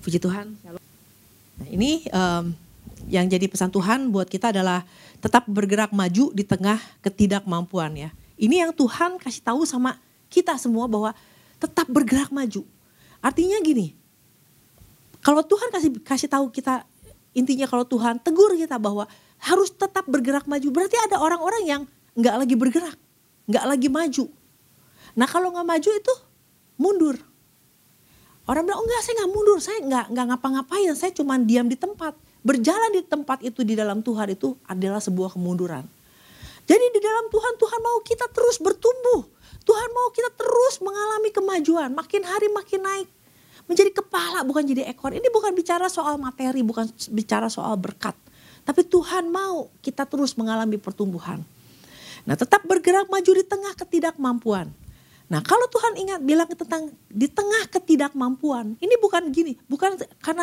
Puji Tuhan. Nah, ini yang jadi pesan Tuhan buat kita adalah tetap bergerak maju di tengah ketidakmampuan ya. Ini yang Tuhan kasih tahu sama kita semua bahwa tetap bergerak maju. Artinya gini, kalau Tuhan kasih tahu kita, intinya kalau Tuhan tegur kita bahwa harus tetap bergerak maju, berarti ada orang-orang yang nggak lagi bergerak, nggak lagi maju. Nah kalau nggak maju itu mundur. Orang bilang, oh enggak, saya nggak mundur, saya nggak ngapa-ngapain, saya cuma diam di tempat. Berjalan di tempat itu di dalam Tuhan itu adalah sebuah kemunduran. Jadi di dalam Tuhan, Tuhan mau kita terus bertumbuh. Tuhan mau kita terus mengalami kemajuan, makin hari makin naik. Menjadi kepala bukan jadi ekor. Ini bukan bicara soal materi, bukan bicara soal berkat. Tapi Tuhan mau kita terus mengalami pertumbuhan. Nah tetap bergerak maju di tengah ketidakmampuan. Nah kalau Tuhan bilang tentang di tengah ketidakmampuan, ini bukan gini, bukan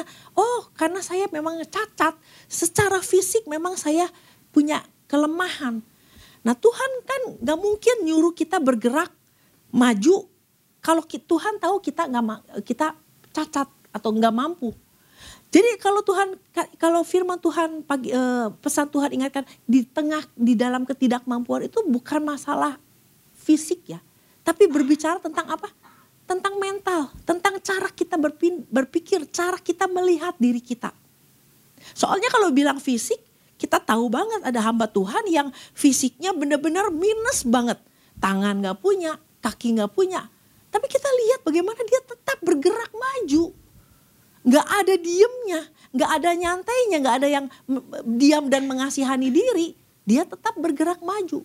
karena saya memang cacat, secara fisik memang saya punya kelemahan. Nah Tuhan kan gak mungkin nyuruh kita bergerak maju kalau Tuhan tahu kita cacat atau gak mampu. Jadi kalau firman Tuhan pesan Tuhan ingatkan di dalam ketidakmampuan itu bukan masalah fisik ya. Tapi berbicara tentang apa? Tentang mental, tentang cara kita berpikir, cara kita melihat diri kita. Soalnya kalau bilang fisik, kita tahu banget ada hamba Tuhan yang fisiknya benar-benar minus banget. Tangan gak punya, kaki gak punya. Tapi kita lihat bagaimana dia tetap bergerak maju. Gak ada diemnya, gak ada nyantainya, gak ada yang diam dan mengasihani diri. Dia tetap bergerak maju.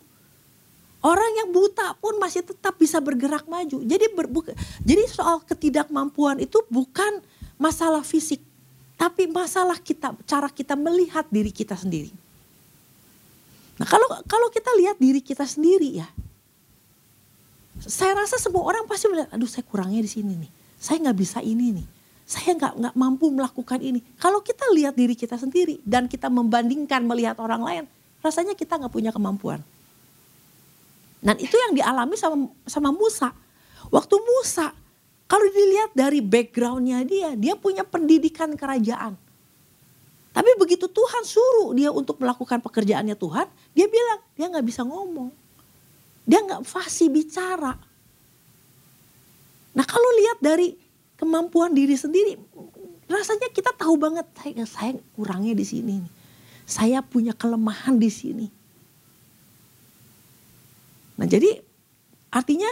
Orang yang buta pun masih tetap bisa bergerak maju. Jadi soal ketidakmampuan itu bukan masalah fisik. Tapi masalah cara kita melihat diri kita sendiri. Nah kalau kita lihat diri kita sendiri ya. Saya rasa semua orang pasti melihat, aduh saya kurangnya di sini nih. Saya gak bisa ini nih. Saya gak mampu melakukan ini. Kalau kita lihat diri kita sendiri dan kita membandingkan melihat orang lain. Rasanya kita gak punya kemampuan. Dan itu yang dialami sama Musa. Waktu Musa, kalau dilihat dari backgroundnya dia punya pendidikan kerajaan. Tapi begitu Tuhan suruh dia untuk melakukan pekerjaannya Tuhan, dia bilang dia gak bisa ngomong. Dia gak fasih bicara. Nah kalau lihat dari kemampuan diri sendiri, rasanya kita tahu banget saya kurangnya di sini. Saya punya kelemahan di sini. Nah jadi artinya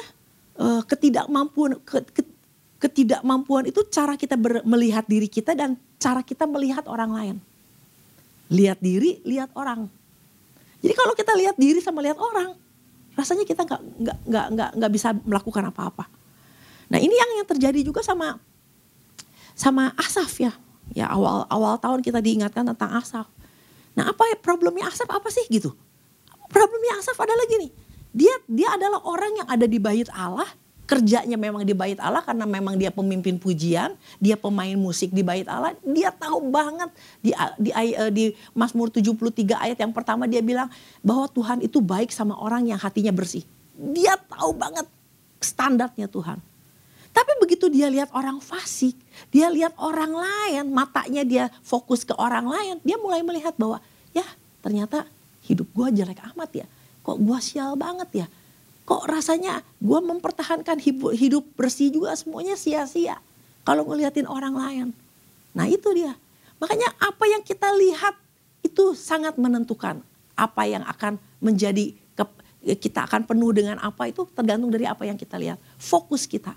ketidakmampuan itu cara kita melihat diri kita dan cara kita melihat orang lain. Lihat diri, lihat orang. Jadi kalau kita lihat diri sama lihat orang, rasanya kita nggak bisa melakukan apa-apa. Nah ini yang terjadi juga sama Asaf ya. Ya awal tahun kita diingatkan tentang Asaf. Nah apa problemnya Asaf apa sih gitu? Problemnya Asaf adalah gini. Dia adalah orang yang ada di bait Allah, kerjanya memang di bait Allah karena memang dia pemimpin pujian, dia pemain musik di bait Allah. Dia tahu banget di Mazmur 73 ayat yang pertama dia bilang bahwa Tuhan itu baik sama orang yang hatinya bersih. Dia tahu banget standarnya Tuhan. Tapi begitu dia lihat orang fasik, dia lihat orang lain, matanya dia fokus ke orang lain, dia mulai melihat bahwa ya ternyata hidup gue jelek amat ya. Kok gue sial banget ya. Kok rasanya gue mempertahankan hidup bersih juga semuanya sia-sia. Kalau ngeliatin orang lain. Nah itu dia. Makanya apa yang kita lihat itu sangat menentukan. Apa yang akan menjadi, kita akan penuh dengan apa itu tergantung dari apa yang kita lihat. Fokus kita.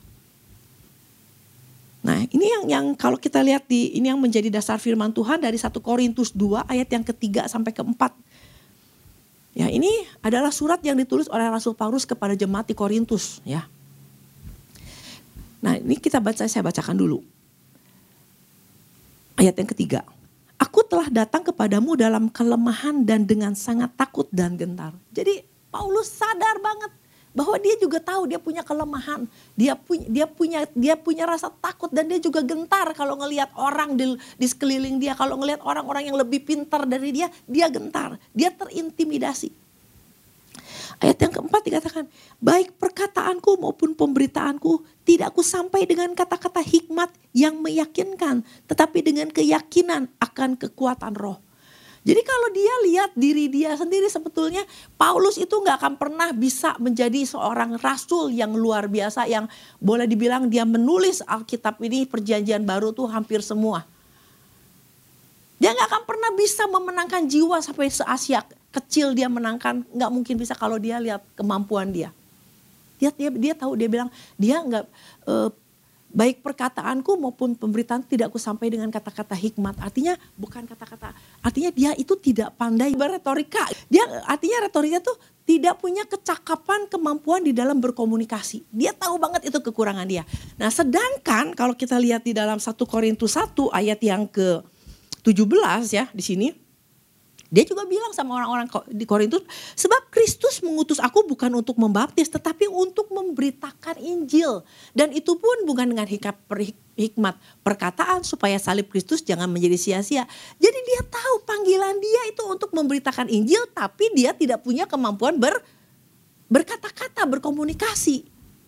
Nah ini yang kalau kita lihat ini yang menjadi dasar firman Tuhan dari 1 Korintus 2 ayat yang ketiga sampai keempat. Ya ini adalah surat yang ditulis oleh Rasul Paulus kepada jemaat di Korintus ya. Nah ini saya bacakan dulu. Ayat yang ketiga. Aku telah datang kepadamu dalam kelemahan dan dengan sangat takut dan gentar. Jadi Paulus sadar banget bahwa dia juga tahu dia punya kelemahan. Dia punya rasa takut dan dia juga gentar kalau ngelihat orang di sekeliling dia. Kalau ngelihat orang-orang yang lebih pintar dari dia gentar. Dia terintimidasi. Ayat yang keempat dikatakan, baik perkataanku maupun pemberitaanku tidak aku sampai dengan kata-kata hikmat yang meyakinkan, tetapi dengan keyakinan akan kekuatan roh. Jadi kalau dia lihat diri dia sendiri, sebetulnya Paulus itu gak akan pernah bisa menjadi seorang rasul yang luar biasa, yang boleh dibilang dia menulis Alkitab ini, perjanjian baru tuh hampir semua. Dia gak akan pernah bisa memenangkan jiwa sampai se-Asia kecil dia menangkan, gak mungkin bisa kalau dia lihat kemampuan dia. Dia tahu, dia bilang dia gak, baik perkataanku maupun pemberitaan tidak aku sampai dengan kata-kata hikmat. Artinya bukan kata-kata, artinya dia itu tidak pandai berretorika. Artinya retorika tuh tidak punya kecakapan, kemampuan di dalam berkomunikasi. Dia tahu banget itu kekurangan dia. Nah sedangkan kalau kita lihat di dalam 1 Korintus 1 ayat yang ke-17 ya di sini. Dia juga bilang sama orang-orang di Korintus, sebab Kristus mengutus aku bukan untuk membaptis, tetapi untuk memberitakan Injil. Dan itu pun bukan dengan hikmat perkataan, supaya salib Kristus jangan menjadi sia-sia. Jadi dia tahu panggilan dia itu untuk memberitakan Injil, tapi dia tidak punya kemampuan berkata-kata, berkomunikasi.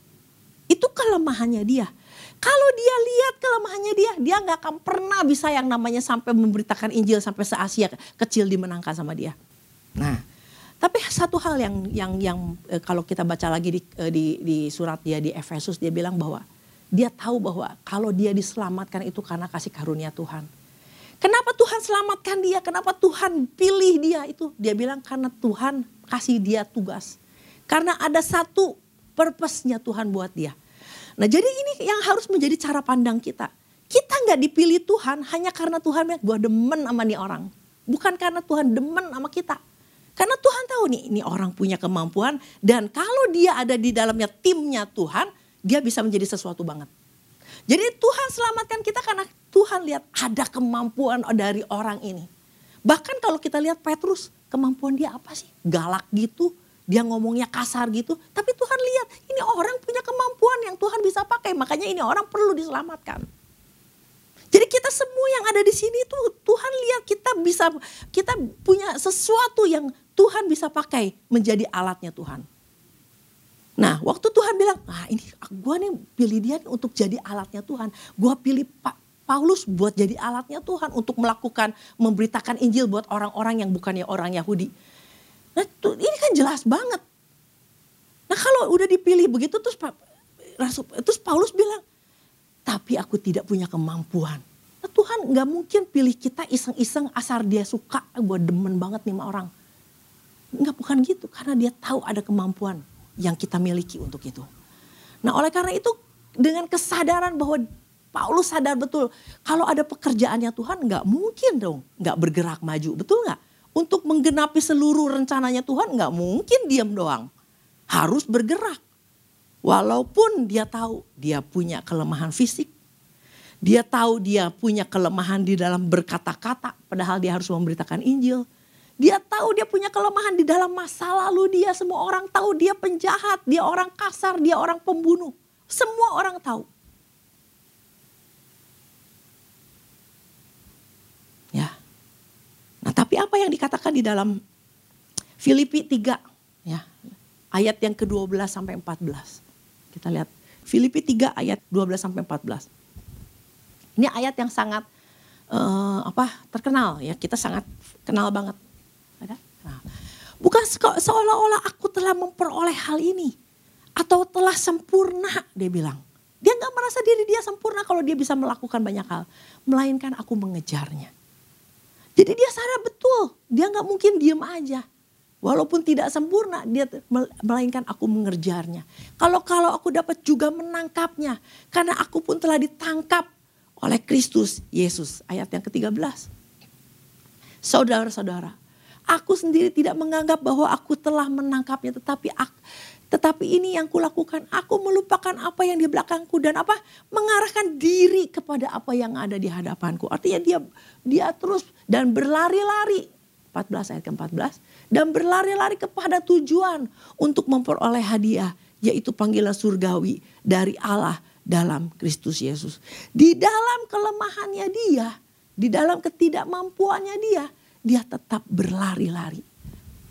Itu kelemahannya dia. Kalau dia lihat kelemahannya dia gak akan pernah bisa yang namanya sampai memberitakan Injil sampai se-Asia kecil dimenangkan sama dia. Nah, tapi satu hal yang kalau kita baca lagi di surat dia di Efesus, dia bilang bahwa dia tahu bahwa kalau dia diselamatkan itu karena kasih karunia Tuhan. Kenapa Tuhan selamatkan dia? Kenapa Tuhan pilih dia itu? Dia bilang karena Tuhan kasih dia tugas. Karena ada satu purpose-nya Tuhan buat dia. Nah jadi ini yang harus menjadi cara pandang kita. Kita gak dipilih Tuhan hanya karena Tuhan bilang gue demen sama nih orang. Bukan karena Tuhan demen sama kita. Karena Tuhan tahu nih ini orang punya kemampuan. Dan kalau dia ada di dalamnya timnya Tuhan, dia bisa menjadi sesuatu banget. Jadi Tuhan selamatkan kita karena Tuhan lihat ada kemampuan dari orang ini. Bahkan kalau kita lihat Petrus, kemampuan dia apa sih? Galak gitu. Dia ngomongnya kasar gitu, tapi Tuhan lihat ini orang punya kemampuan yang Tuhan bisa pakai, makanya ini orang perlu diselamatkan. Jadi kita semua yang ada di sini itu Tuhan lihat kita punya sesuatu yang Tuhan bisa pakai menjadi alatnya Tuhan. Nah, waktu Tuhan bilang, ini gue nih pilih dia nih untuk jadi alatnya Tuhan. Gue pilih Paulus buat jadi alatnya Tuhan untuk memberitakan Injil buat orang-orang yang bukannya orang Yahudi. Nah ini kan jelas banget. Nah kalau udah dipilih begitu terus Paulus bilang, tapi aku tidak punya kemampuan. Nah, Tuhan gak mungkin pilih kita iseng-iseng asal dia suka, gue demen banget nih sama orang. Enggak, bukan gitu, karena dia tahu ada kemampuan yang kita miliki untuk itu. Nah oleh karena itu dengan kesadaran bahwa Paulus sadar betul kalau ada pekerjaannya Tuhan gak mungkin dong gak bergerak maju, betul gak? Untuk menggenapi seluruh rencananya Tuhan gak mungkin diam doang. Harus bergerak. Walaupun dia tahu dia punya kelemahan fisik. Dia tahu dia punya kelemahan di dalam berkata-kata. Padahal dia harus memberitakan Injil. Dia tahu dia punya kelemahan di dalam masa lalu dia. Semua orang tahu dia penjahat. Dia orang kasar. Dia orang pembunuh. Semua orang tahu. Ya. Nah tapi apa yang dikatakan di dalam Filipi 3 ya, ayat yang ke-12 sampai 14. Kita lihat Filipi 3 ayat 12 sampai 14. Ini ayat yang sangat terkenal ya, kita sangat kenal banget. Ada? Nah, bukan seolah-olah aku telah memperoleh hal ini atau telah sempurna, dia bilang. Dia gak merasa diri dia sempurna kalau dia bisa melakukan banyak hal, melainkan aku mengejarnya. Jadi dia sadar betul, dia gak mungkin diem aja. Walaupun tidak sempurna, dia melainkan aku mengejarnya. Kalau aku dapat juga menangkapnya, karena aku pun telah ditangkap oleh Kristus Yesus. Ayat yang ke-13. Saudara-saudara, aku sendiri tidak menganggap bahwa aku telah menangkapnya, tetapi ini yang kulakukan, aku melupakan apa yang di belakangku dan mengarahkan diri kepada apa yang ada di hadapanku. Artinya dia terus dan berlari-lari. 14 ayat ke-14. Dan berlari-lari kepada tujuan untuk memperoleh hadiah, yaitu panggilan surgawi dari Allah dalam Kristus Yesus. Di dalam kelemahannya dia, di dalam ketidakmampuannya dia tetap berlari-lari.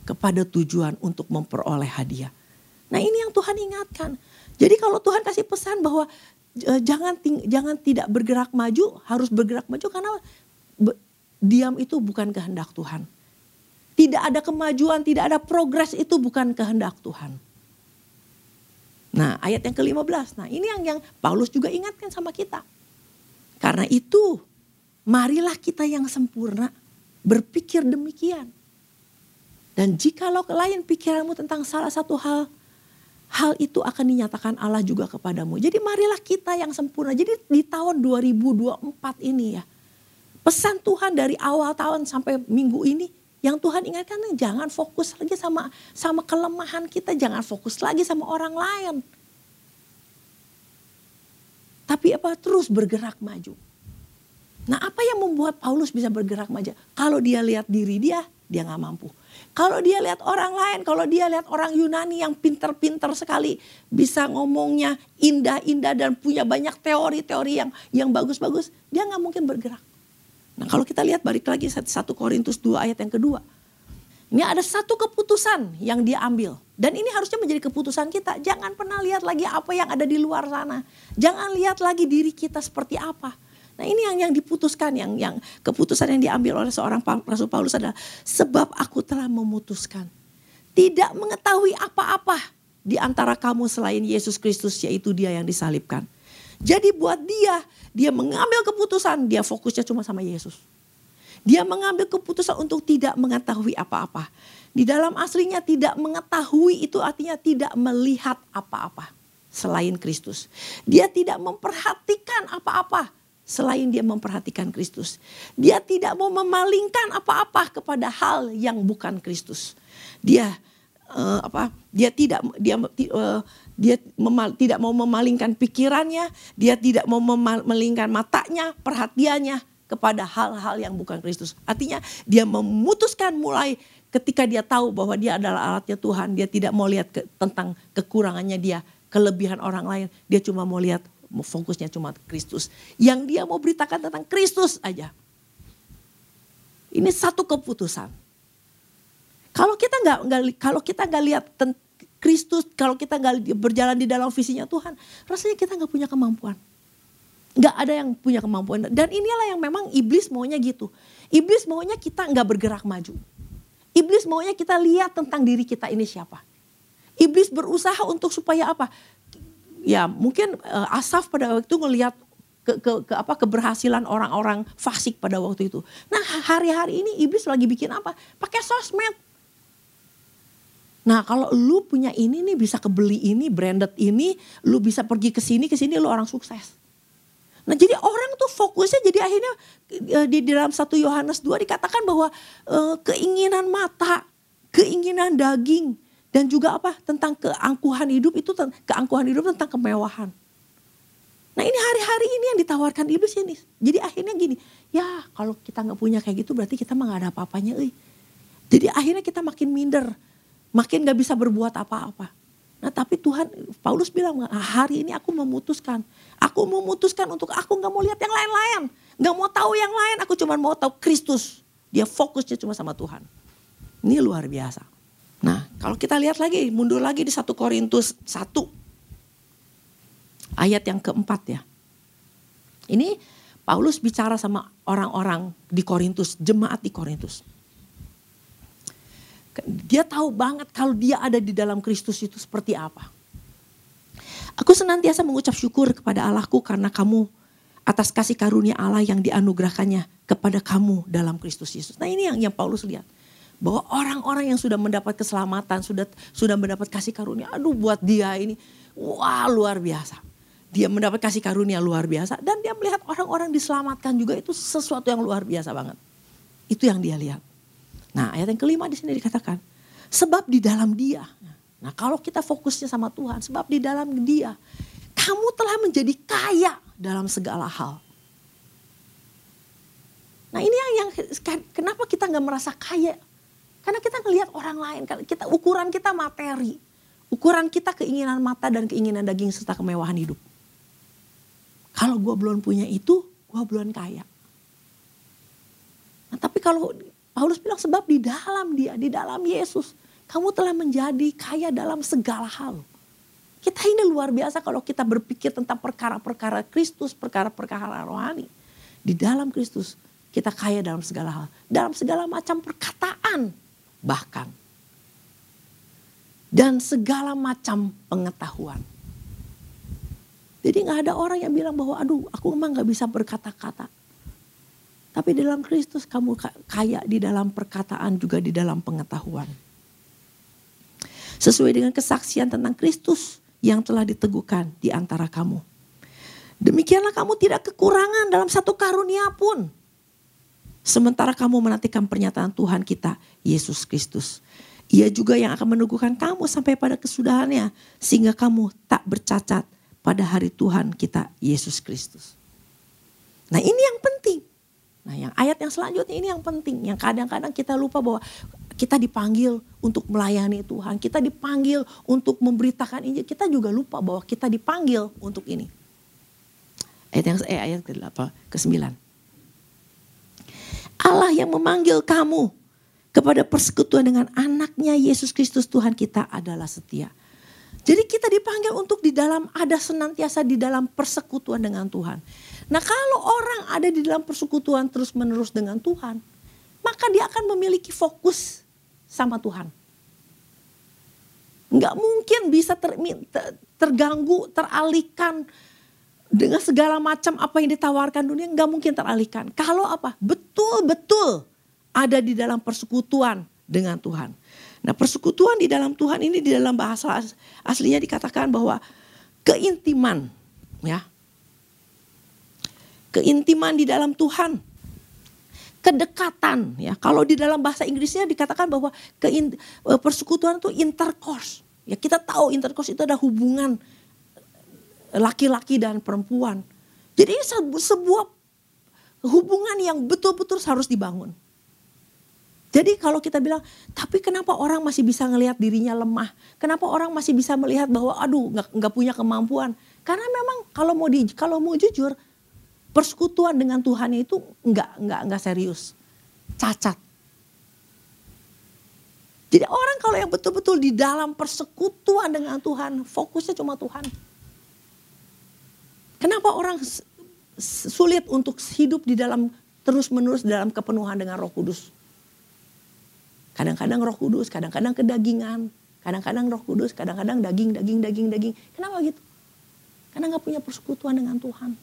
kepada tujuan untuk memperoleh hadiah. Nah ini yang Tuhan ingatkan. Jadi kalau Tuhan kasih pesan bahwa jangan tidak bergerak maju, harus bergerak maju karena diam itu bukan kehendak Tuhan. Tidak ada kemajuan, tidak ada progres itu bukan kehendak Tuhan. Nah ayat yang ke-15, nah ini yang Paulus juga ingatkan sama kita. Karena itu marilah kita yang sempurna berpikir demikian. Dan jikalau lain pikiranmu tentang salah satu hal itu akan dinyatakan Allah juga kepadamu. Jadi marilah kita yang sempurna. Jadi di tahun 2024 ini ya, pesan Tuhan dari awal tahun sampai minggu ini, yang Tuhan ingatkan jangan fokus lagi sama kelemahan kita, jangan fokus lagi sama orang lain. Tapi terus bergerak maju. Nah apa yang membuat Paulus bisa bergerak maju? Kalau dia lihat diri dia gak mampu. Kalau dia lihat orang lain, kalau dia lihat orang Yunani yang pinter-pinter sekali, bisa ngomongnya indah-indah dan punya banyak teori-teori yang bagus-bagus, dia gak mungkin bergerak. Nah kalau kita lihat balik lagi 1 Korintus 2 ayat yang kedua. Ini ada satu keputusan yang dia ambil. Dan ini harusnya menjadi keputusan kita. Jangan pernah lihat lagi apa yang ada di luar sana. Jangan lihat lagi diri kita seperti apa. Nah ini yang diputuskan, yang keputusan yang diambil oleh seorang Rasul Paulus adalah sebab aku telah memutuskan tidak mengetahui apa-apa di antara kamu selain Yesus Kristus, yaitu Dia yang disalibkan. Jadi buat dia mengambil keputusan, dia fokusnya cuma sama Yesus. Dia mengambil keputusan untuk tidak mengetahui apa-apa. Di dalam aslinya tidak mengetahui itu artinya tidak melihat apa-apa selain Kristus. Dia tidak memperhatikan apa-apa selain dia memperhatikan Kristus. Dia tidak mau memalingkan apa-apa kepada hal yang bukan Kristus. Dia tidak mau memalingkan pikirannya, dia tidak mau memalingkan matanya, perhatiannya kepada hal-hal yang bukan Kristus. Artinya dia memutuskan mulai ketika dia tahu bahwa dia adalah alatnya Tuhan, dia tidak mau lihat tentang kekurangannya dia, kelebihan orang lain, dia cuma mau lihat fokusnya cuma Kristus. Yang dia mau beritakan tentang Kristus aja. Ini satu keputusan. Kalau kita nggak lihat Kristus, kalau kita nggak berjalan di dalam visinya Tuhan, rasanya kita nggak punya kemampuan. Nggak ada yang punya kemampuan. Dan inilah yang memang iblis maunya gitu. Iblis maunya kita nggak bergerak maju. Iblis maunya kita lihat tentang diri kita ini siapa. Iblis berusaha untuk supaya apa? Ya mungkin Asaf pada waktu itu ngelihat keberhasilan orang-orang fasik pada waktu itu. Nah hari-hari ini iblis lagi bikin apa? Pakai sosmed. Nah kalau lu punya ini nih, bisa kebeli ini, branded ini, lu bisa pergi ke sini lu orang sukses. Nah jadi orang tuh fokusnya jadi akhirnya di dalam 1 Yohanes 2 dikatakan bahwa keinginan mata, keinginan daging, dan juga tentang keangkuhan hidup itu, keangkuhan hidup tentang kemewahan. Nah ini hari-hari ini yang ditawarkan iblis ini. Jadi akhirnya gini, ya kalau kita gak punya kayak gitu berarti kita mah gak ada apa-apanya. Jadi akhirnya kita makin minder, makin gak bisa berbuat apa-apa. Nah tapi Paulus bilang, hari ini aku memutuskan untuk aku gak mau lihat yang lain-lain. Gak mau tahu yang lain, aku cuma mau tahu Kristus. Dia fokusnya cuma sama Tuhan. Ini luar biasa. Nah kalau kita lihat lagi, mundur lagi di 1 Korintus 1. Ayat yang keempat ya. Ini Paulus bicara sama orang-orang di Korintus, jemaat di Korintus. Dia tahu banget kalau dia ada di dalam Kristus itu seperti apa. Aku senantiasa mengucap syukur kepada Allahku karena kamu atas kasih karunia Allah yang dianugerahkannya kepada kamu dalam Kristus Yesus. Nah ini yang Paulus lihat. Bahwa orang-orang yang sudah mendapat keselamatan, sudah mendapat kasih karunia, aduh buat dia ini, wah luar biasa. Dia mendapat kasih karunia luar biasa dan dia melihat orang-orang diselamatkan juga itu sesuatu yang luar biasa banget. Itu yang dia lihat. Nah ayat yang kelima di sini dikatakan, sebab di dalam Dia. Nah kalau kita fokusnya sama Tuhan, sebab di dalam Dia, kamu telah menjadi kaya dalam segala hal. Nah ini yang kenapa kita nggak merasa kaya? Karena kita ngelihat orang lain, ukuran kita materi, ukuran kita keinginan mata dan keinginan daging serta kemewahan hidup. Kalau gue belum punya itu, gue belum kaya. Nah, tapi kalau Paulus bilang sebab di dalam dia, di dalam Yesus, kamu telah menjadi kaya dalam segala hal. Kita ini luar biasa kalau kita berpikir tentang perkara-perkara Kristus, perkara-perkara rohani. Di dalam Kristus kita kaya dalam segala hal. Dalam segala macam perkataan bahkan. Dan segala macam pengetahuan. Jadi gak ada orang yang bilang bahwa aduh aku memang gak bisa berkata-kata. Tapi di dalam Kristus kamu kaya di dalam perkataan juga di dalam pengetahuan. Sesuai dengan kesaksian tentang Kristus yang telah diteguhkan di antara kamu. Demikianlah kamu tidak kekurangan dalam satu karunia pun. Sementara kamu menantikan pernyataan Tuhan kita, Yesus Kristus. Ia juga yang akan meneguhkan kamu sampai pada kesudahannya. Sehingga kamu tak bercacat pada hari Tuhan kita, Yesus Kristus. Nah ini yang penting. Nah yang ayat yang selanjutnya ini yang penting. Yang kadang-kadang kita lupa bahwa kita dipanggil untuk melayani Tuhan. Kita dipanggil untuk memberitakan Injil. Kita juga lupa bahwa kita dipanggil untuk ini. Ayat ke-9. Allah yang memanggil kamu kepada persekutuan dengan anaknya Yesus Kristus Tuhan kita adalah setia. Jadi kita dipanggil untuk di dalam ada senantiasa di dalam persekutuan dengan Tuhan. Nah kalau orang ada di dalam persekutuan terus menerus dengan Tuhan, maka dia akan memiliki fokus sama Tuhan. Nggak mungkin bisa terganggu, teralihkan dengan segala macam apa yang ditawarkan dunia. Nggak mungkin teralihkan. Kalau apa? Betul-betul ada di dalam persekutuan dengan Tuhan. Nah persekutuan di dalam Tuhan ini di dalam bahasa aslinya dikatakan bahwa keintiman. Ya. Keintiman di dalam Tuhan. Kedekatan ya. Kalau di dalam bahasa Inggrisnya dikatakan bahwa persekutuan itu intercourse. Ya kita tahu intercourse itu ada hubungan laki-laki dan perempuan. Jadi sebuah hubungan yang betul-betul harus dibangun. Jadi kalau kita bilang, tapi kenapa orang masih bisa ngelihat dirinya lemah? Kenapa orang masih bisa melihat bahwa aduh nggak punya kemampuan? Karena memang kalau mau jujur, persekutuan dengan Tuhan itu enggak serius. Cacat. Jadi orang kalau yang betul-betul di dalam persekutuan dengan Tuhan, fokusnya cuma Tuhan. Kenapa orang sulit untuk hidup di dalam terus-menerus dalam kepenuhan dengan Roh Kudus? Kadang-kadang Roh Kudus, kadang-kadang kedagingan, kadang-kadang Roh Kudus, kadang-kadang daging. Kenapa gitu? Karena nggak punya persekutuan dengan Tuhan.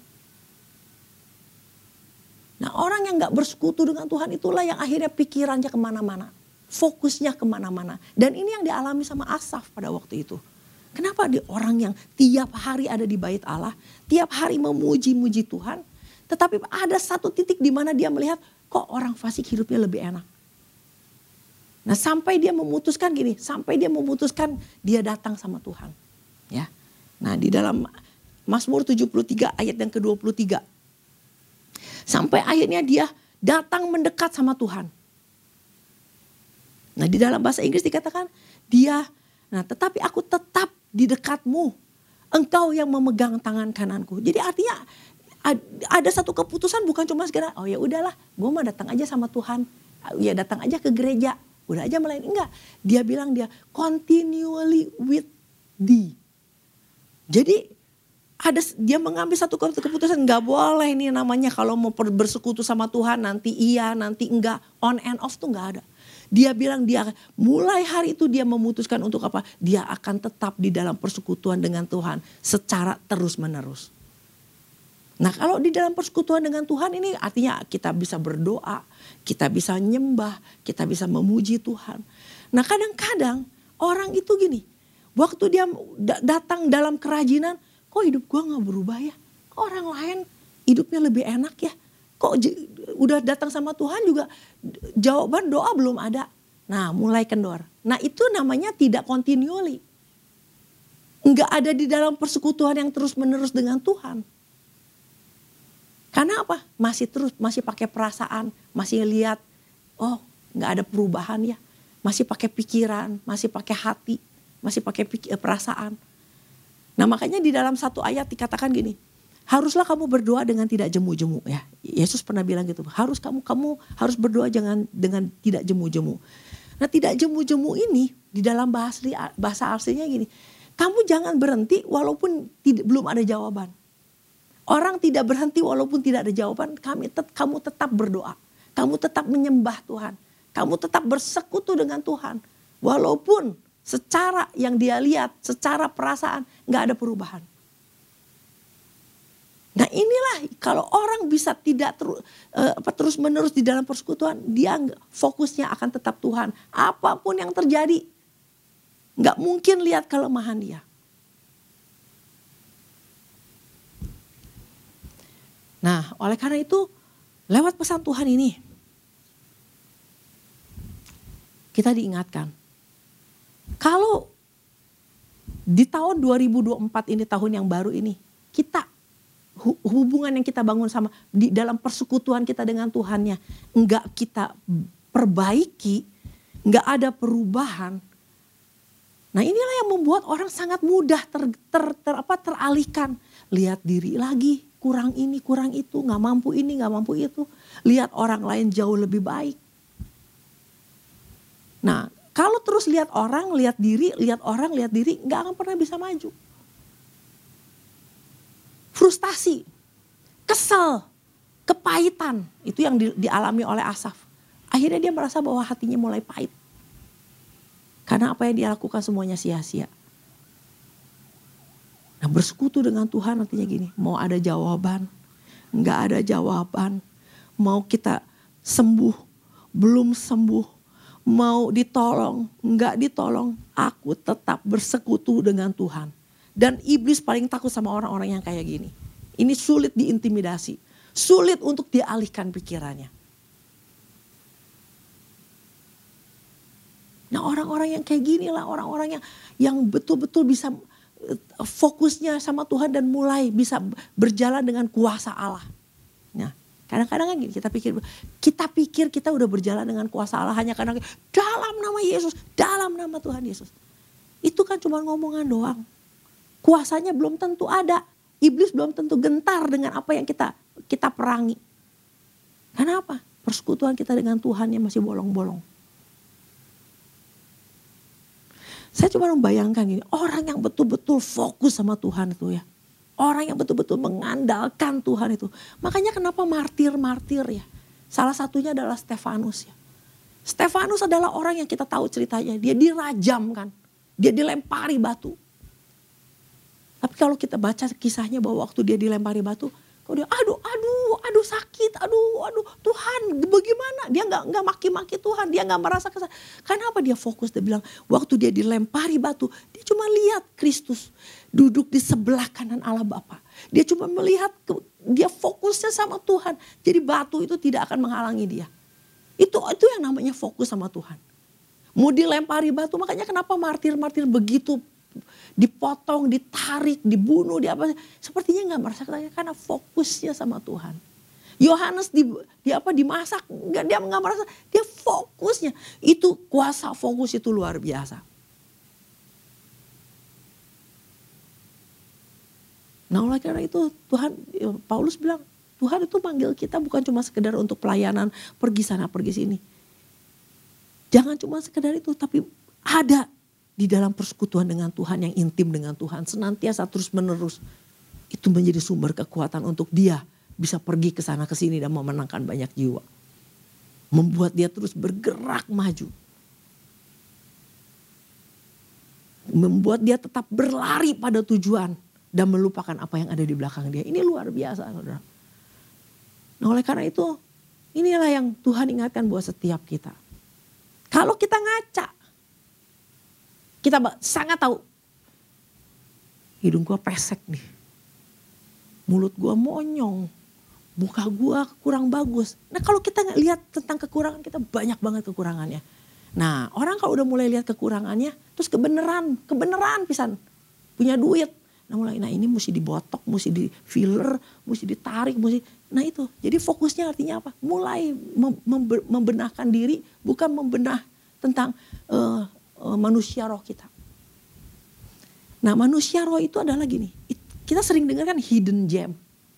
Nah orang yang gak bersekutu dengan Tuhan itulah yang akhirnya pikirannya kemana-mana. Fokusnya kemana-mana. Dan ini yang dialami sama Asaf pada waktu itu. Kenapa dia orang yang tiap hari ada di bait Allah. Tiap hari memuji-muji Tuhan. Tetapi ada satu titik di mana dia melihat kok orang fasik hidupnya lebih enak. Nah sampai dia memutuskan gini. Sampai dia memutuskan dia datang sama Tuhan. Ya. Nah di dalam Mazmur 73 ayat yang ke-23. Sampai akhirnya dia datang mendekat sama Tuhan. Nah di dalam bahasa Inggris dikatakan tetapi aku tetap di dekatmu. Engkau yang memegang tangan kananku. Jadi artinya ada satu keputusan bukan cuma segera oh ya udahlah gue mau datang aja sama Tuhan. Ya datang aja ke gereja. Udah aja melayani. Enggak. Dia bilang dia continually with thee. Jadi dia mengambil satu keputusan nggak boleh ini namanya kalau mau bersekutu sama Tuhan nanti iya nanti enggak on and off tuh nggak ada. Dia bilang dia mulai hari itu dia memutuskan untuk apa? Dia akan tetap di dalam persekutuan dengan Tuhan secara terus menerus. Nah kalau di dalam persekutuan dengan Tuhan ini artinya kita bisa berdoa, kita bisa nyembah, kita bisa memuji Tuhan. Nah kadang-kadang orang itu gini, waktu dia datang dalam kerajinan, kok hidup gue gak berubah ya? Kok orang lain hidupnya lebih enak ya? Kok udah datang sama Tuhan juga jawaban doa belum ada. Nah mulai kendor. Nah itu namanya tidak continually. Enggak ada di dalam persekutuan yang terus menerus dengan Tuhan. Karena apa? Masih pakai perasaan. Masih lihat, oh gak ada perubahan ya. Masih pakai pikiran, masih pakai hati, masih pakai perasaan. Nah makanya di dalam satu ayat dikatakan gini, Haruslah kamu berdoa dengan tidak jemu-jemu ya. Yesus pernah bilang gitu. Kamu harus berdoa dengan tidak jemu-jemu. Nah, tidak jemu-jemu ini di dalam bahasa aslinya gini. Kamu jangan berhenti walaupun belum ada jawaban. Orang tidak berhenti walaupun tidak ada jawaban. Kamu tetap berdoa. Kamu tetap menyembah Tuhan. Kamu tetap bersekutu dengan Tuhan. Walaupun secara yang dia lihat, secara perasaan gak ada perubahan. Nah inilah kalau orang bisa tidak terus menerus di dalam persekutuan, dia fokusnya akan tetap Tuhan. Apapun yang terjadi, gak mungkin lihat kelemahan dia. Nah oleh karena itu lewat pesan Tuhan ini, kita diingatkan. Kalau di tahun 2024 ini, tahun yang baru ini, kita hubungan yang kita bangun sama di dalam persekutuan kita dengan Tuhannya enggak kita perbaiki, enggak ada perubahan. Nah inilah yang membuat orang sangat mudah teralihkan. Lihat diri lagi, kurang ini, kurang itu, nggak mampu ini, nggak mampu itu. Lihat orang lain jauh lebih baik. Nah kalau terus lihat orang, lihat diri, nggak akan pernah bisa maju. Frustasi, kesel, kepahitan, itu yang dialami oleh Asaf. Akhirnya dia merasa bahwa hatinya mulai pahit. Karena apa yang dia lakukan semuanya sia-sia. Nah bersekutu dengan Tuhan artinya gini, mau ada jawaban, nggak ada jawaban. Mau kita sembuh, belum sembuh, mau ditolong, nggak ditolong, aku tetap bersekutu dengan Tuhan. Dan iblis paling takut sama orang-orang yang kayak gini. Ini sulit diintimidasi, sulit untuk dialihkan pikirannya. Nah orang-orang yang kayak gini lah, orang-orang yang betul-betul bisa fokusnya sama Tuhan dan mulai bisa berjalan dengan kuasa Allah. Nah kadang-kadang kan gini, kita pikir kita udah berjalan dengan kuasa Allah hanya karena dalam nama Yesus, dalam nama Tuhan Yesus. Itu kan cuma ngomongan doang. Kuasanya belum tentu ada. Iblis belum tentu gentar dengan apa yang kita perangi. Kenapa? Persekutuan kita dengan Tuhan yang masih bolong-bolong. Saya cuma membayangkan gini, orang yang betul-betul fokus sama Tuhan itu ya. Orang yang betul-betul mengandalkan Tuhan itu. Makanya kenapa martir-martir ya. Salah satunya adalah Stefanus ya. Stefanus adalah orang yang kita tahu ceritanya. Dia dirajam kan. Dia dilempari batu. Tapi kalau kita baca kisahnya bahwa waktu dia dilempari batu, kalau dia aduh sakit, aduh Tuhan bagaimana? Dia nggak maki-maki Tuhan, dia nggak merasa kesal. Karena apa? Dia fokus, dia bilang waktu dia dilempari batu, dia cuma lihat Kristus duduk di sebelah kanan Allah Bapa. Dia cuma melihat, dia fokusnya sama Tuhan. Jadi batu itu tidak akan menghalangi dia. Itu yang namanya fokus sama Tuhan. Mau dilempari batu, makanya kenapa martir-martir begitu dipotong, ditarik, dibunuh, sepertinya nggak merasa ketanya karena fokusnya sama Tuhan. Yohanes dimasak, dia nggak merasa, dia fokusnya itu kuasa fokus itu luar biasa. Nah oleh karena itu Paulus bilang Tuhan itu manggil kita bukan cuma sekedar untuk pelayanan pergi sana pergi sini. Jangan cuma sekedar itu, tapi ada di dalam persekutuan dengan Tuhan yang intim dengan Tuhan. Senantiasa terus menerus. Itu menjadi sumber kekuatan untuk dia bisa pergi ke sana ke sini dan memenangkan banyak jiwa. Membuat dia terus bergerak maju. Membuat dia tetap berlari pada tujuan. Dan melupakan apa yang ada di belakang dia. Ini luar biasa saudara. Nah oleh karena itu inilah yang Tuhan ingatkan buat setiap kita. Kalau kita ngaca. Kita sangat tahu. Hidung gue pesek nih. Mulut gue monyong. Muka gue kurang bagus. Nah kalau kita nggak lihat tentang kekurangan kita banyak banget kekurangannya. Nah orang kalau udah mulai lihat kekurangannya. Terus kebenaran pisan. Punya duit. Nah ini mesti dibotok, mesti di filler, mesti ditarik. Nah itu jadi fokusnya artinya apa? Mulai membenahkan diri bukan membenah tentang manusia roh kita. Nah manusia roh itu adalah gini, kita sering dengar kan hidden gem.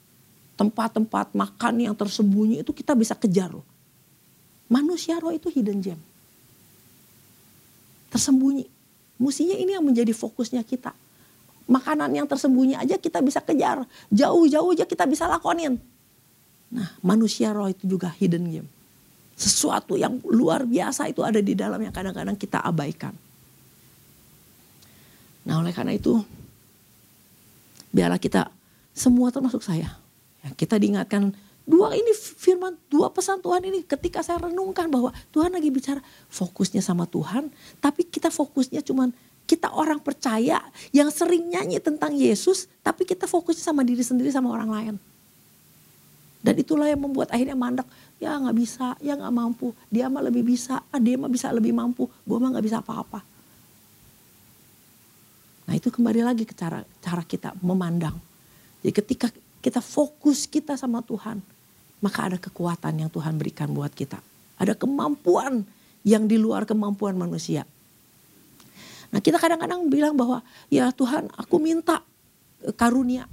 tempat-tempat makan yang tersembunyi itu kita bisa kejar loh. Manusia roh itu hidden gem. Tersembunyi. Mestinya ini yang menjadi fokusnya kita. Makanan yang tersembunyi aja kita bisa kejar. Jauh-jauh aja kita bisa lakonin. Nah, manusia roh itu juga hidden gem. Sesuatu yang luar biasa itu ada di dalam yang kadang-kadang kita abaikan. Nah, oleh karena itu biarlah kita semua termasuk saya. Ya, kita diingatkan dua pesan Tuhan ini ketika saya renungkan bahwa Tuhan lagi bicara fokusnya sama Tuhan. Tapi kita fokusnya cuman kita orang percaya yang sering nyanyi tentang Yesus. Tapi kita fokusnya sama diri sendiri sama orang lain. Dan itulah yang membuat akhirnya mandek. Ya gak bisa, ya gak mampu. Dia mah lebih bisa, dia mah bisa lebih mampu. Gue mah gak bisa apa-apa. Nah itu kembali lagi ke cara kita memandang. Jadi ketika kita fokus kita sama Tuhan, maka ada kekuatan yang Tuhan berikan buat kita. Ada kemampuan yang di luar kemampuan manusia. Nah kita kadang-kadang bilang bahwa ya Tuhan aku minta karunia,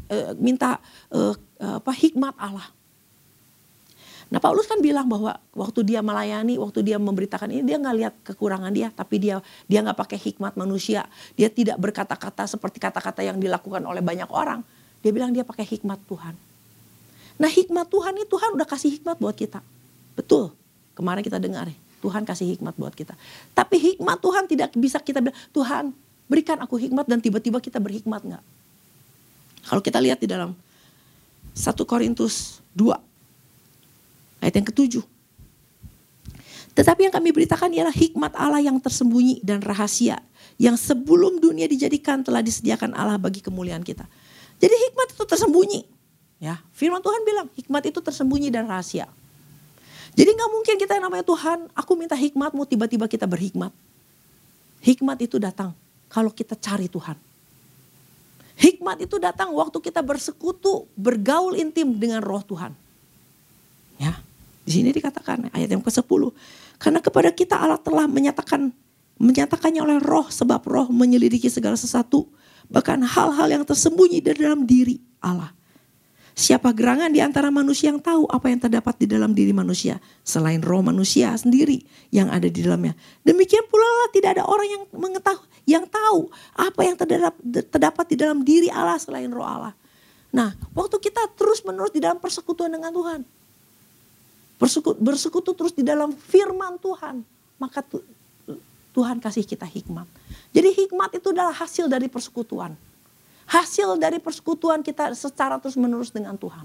hikmat Allah. Nah Paulus kan bilang bahwa waktu dia melayani, waktu dia memberitakan ini dia gak lihat kekurangan dia. Tapi dia gak pakai hikmat manusia. Dia tidak berkata-kata seperti kata-kata yang dilakukan oleh banyak orang. Dia bilang dia pakai hikmat Tuhan. Nah hikmat Tuhan ini Tuhan udah kasih hikmat buat kita. Betul, kemarin kita dengar ya. Tuhan kasih hikmat buat kita. Tapi hikmat Tuhan tidak bisa kita bilang, Tuhan berikan aku hikmat dan tiba-tiba kita berhikmat enggak. Kalau kita lihat di dalam 1 Korintus 2 ayat yang ke-7. Tetapi yang kami beritakan ialah hikmat Allah yang tersembunyi dan rahasia. Yang sebelum dunia dijadikan telah disediakan Allah bagi kemuliaan kita. Jadi hikmat itu tersembunyi. Ya, firman Tuhan bilang hikmat itu tersembunyi dan rahasia. Jadi gak mungkin kita yang namanya Tuhan, aku minta hikmatmu tiba-tiba kita berhikmat. Hikmat itu datang kalau kita cari Tuhan. Hikmat itu datang waktu kita bersekutu, bergaul intim dengan roh Tuhan. Ya, di sini dikatakan ayat yang ke-10. Karena kepada kita Allah telah menyatakannya oleh roh, sebab roh menyelidiki segala sesuatu. Bahkan hal-hal yang tersembunyi dari dalam diri Allah. Siapa gerangan di antara manusia yang tahu apa yang terdapat di dalam diri manusia. Selain roh manusia sendiri yang ada di dalamnya. Demikian pula tidak ada orang yang mengetahui, yang tahu apa yang terdapat di dalam diri Allah selain roh Allah. Nah waktu kita terus menerus di dalam persekutuan dengan Tuhan. Bersekutu terus di dalam firman Tuhan. Maka Tuhan kasih kita hikmat. Jadi hikmat itu adalah hasil dari persekutuan. Hasil dari persekutuan kita secara terus menerus dengan Tuhan.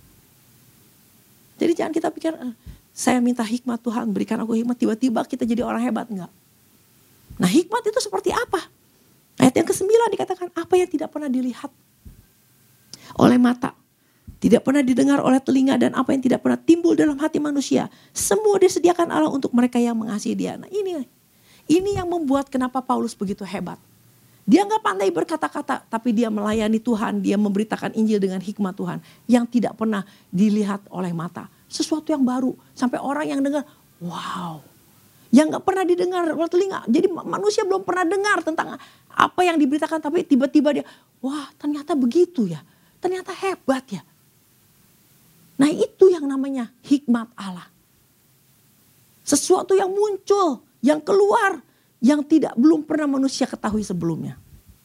Jadi jangan kita pikir, saya minta hikmat Tuhan, berikan aku hikmat, tiba-tiba kita jadi orang hebat. Enggak. Nah hikmat itu seperti apa? Ayat yang ke-9 dikatakan, apa yang tidak pernah dilihat oleh mata. Tidak pernah didengar oleh telinga dan apa yang tidak pernah timbul dalam hati manusia. Semua disediakan Allah untuk mereka yang mengasihi dia. Nah ini yang membuat kenapa Paulus begitu hebat. Dia gak pandai berkata-kata, tapi dia melayani Tuhan, dia memberitakan Injil dengan hikmat Tuhan. Yang tidak pernah dilihat oleh mata. Sesuatu yang baru, sampai orang yang dengar, wow. Yang gak pernah didengar oleh telinga. Jadi manusia belum pernah dengar tentang apa yang diberitakan, tapi tiba-tiba dia, wah ternyata begitu ya. Ternyata hebat ya. Nah itu yang namanya hikmat Allah. Sesuatu yang muncul, yang keluar, yang belum pernah manusia ketahui sebelumnya.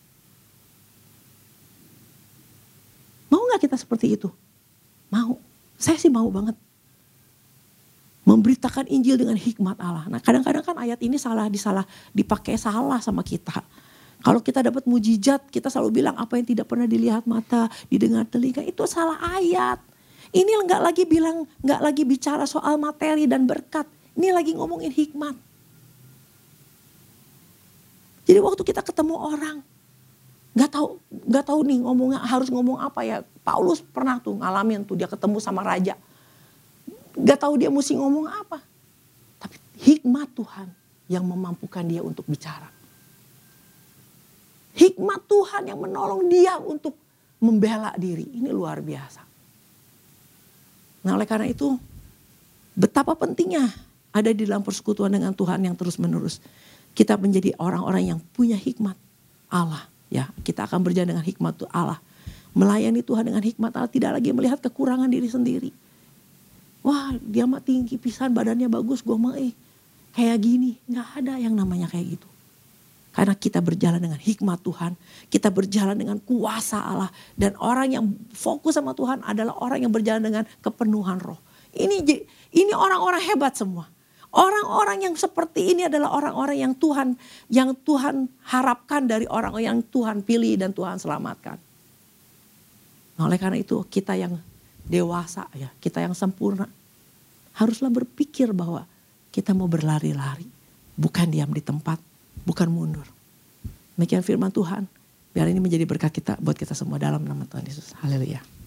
Mau gak kita seperti itu? Mau. Saya sih mau banget. Memberitakan Injil dengan hikmat Allah. Nah kadang-kadang kan ayat ini dipakai salah sama kita. Kalau kita dapat mujizat, kita selalu bilang apa yang tidak pernah dilihat mata, didengar telinga, itu salah ayat. Ini nggak lagi bicara soal materi dan berkat. Ini lagi ngomongin hikmat. Jadi waktu kita ketemu orang, nggak tahu nih harus ngomong apa ya. Paulus pernah tuh ngalamin tuh dia ketemu sama raja. Nggak tahu dia mesti ngomong apa. Tapi hikmat Tuhan yang memampukan dia untuk bicara. Hikmat Tuhan yang menolong dia untuk membela diri. Ini luar biasa. Nah oleh karena itu betapa pentingnya ada di dalam persekutuan dengan Tuhan yang terus menerus. Kita menjadi orang-orang yang punya hikmat Allah. Ya, kita akan berjalan dengan hikmat Allah. Melayani Tuhan dengan hikmat Allah, tidak lagi melihat kekurangan diri sendiri. Wah, dia mah tinggi pisan, badannya bagus, gue mah kayak gini. Gak ada yang namanya kayak gitu. Karena kita berjalan dengan hikmat Tuhan. Kita berjalan dengan kuasa Allah. Dan orang yang fokus sama Tuhan adalah orang yang berjalan dengan kepenuhan roh. Ini orang-orang hebat semua. Orang-orang yang seperti ini adalah orang-orang yang Tuhan harapkan dari orang yang Tuhan pilih dan Tuhan selamatkan. Nah, oleh karena itu kita yang dewasa ya, kita yang sempurna haruslah berpikir bahwa kita mau berlari-lari, bukan diam di tempat, bukan mundur. Demikian firman Tuhan. Biar ini menjadi berkat kita buat kita semua dalam nama Tuhan Yesus. Haleluya.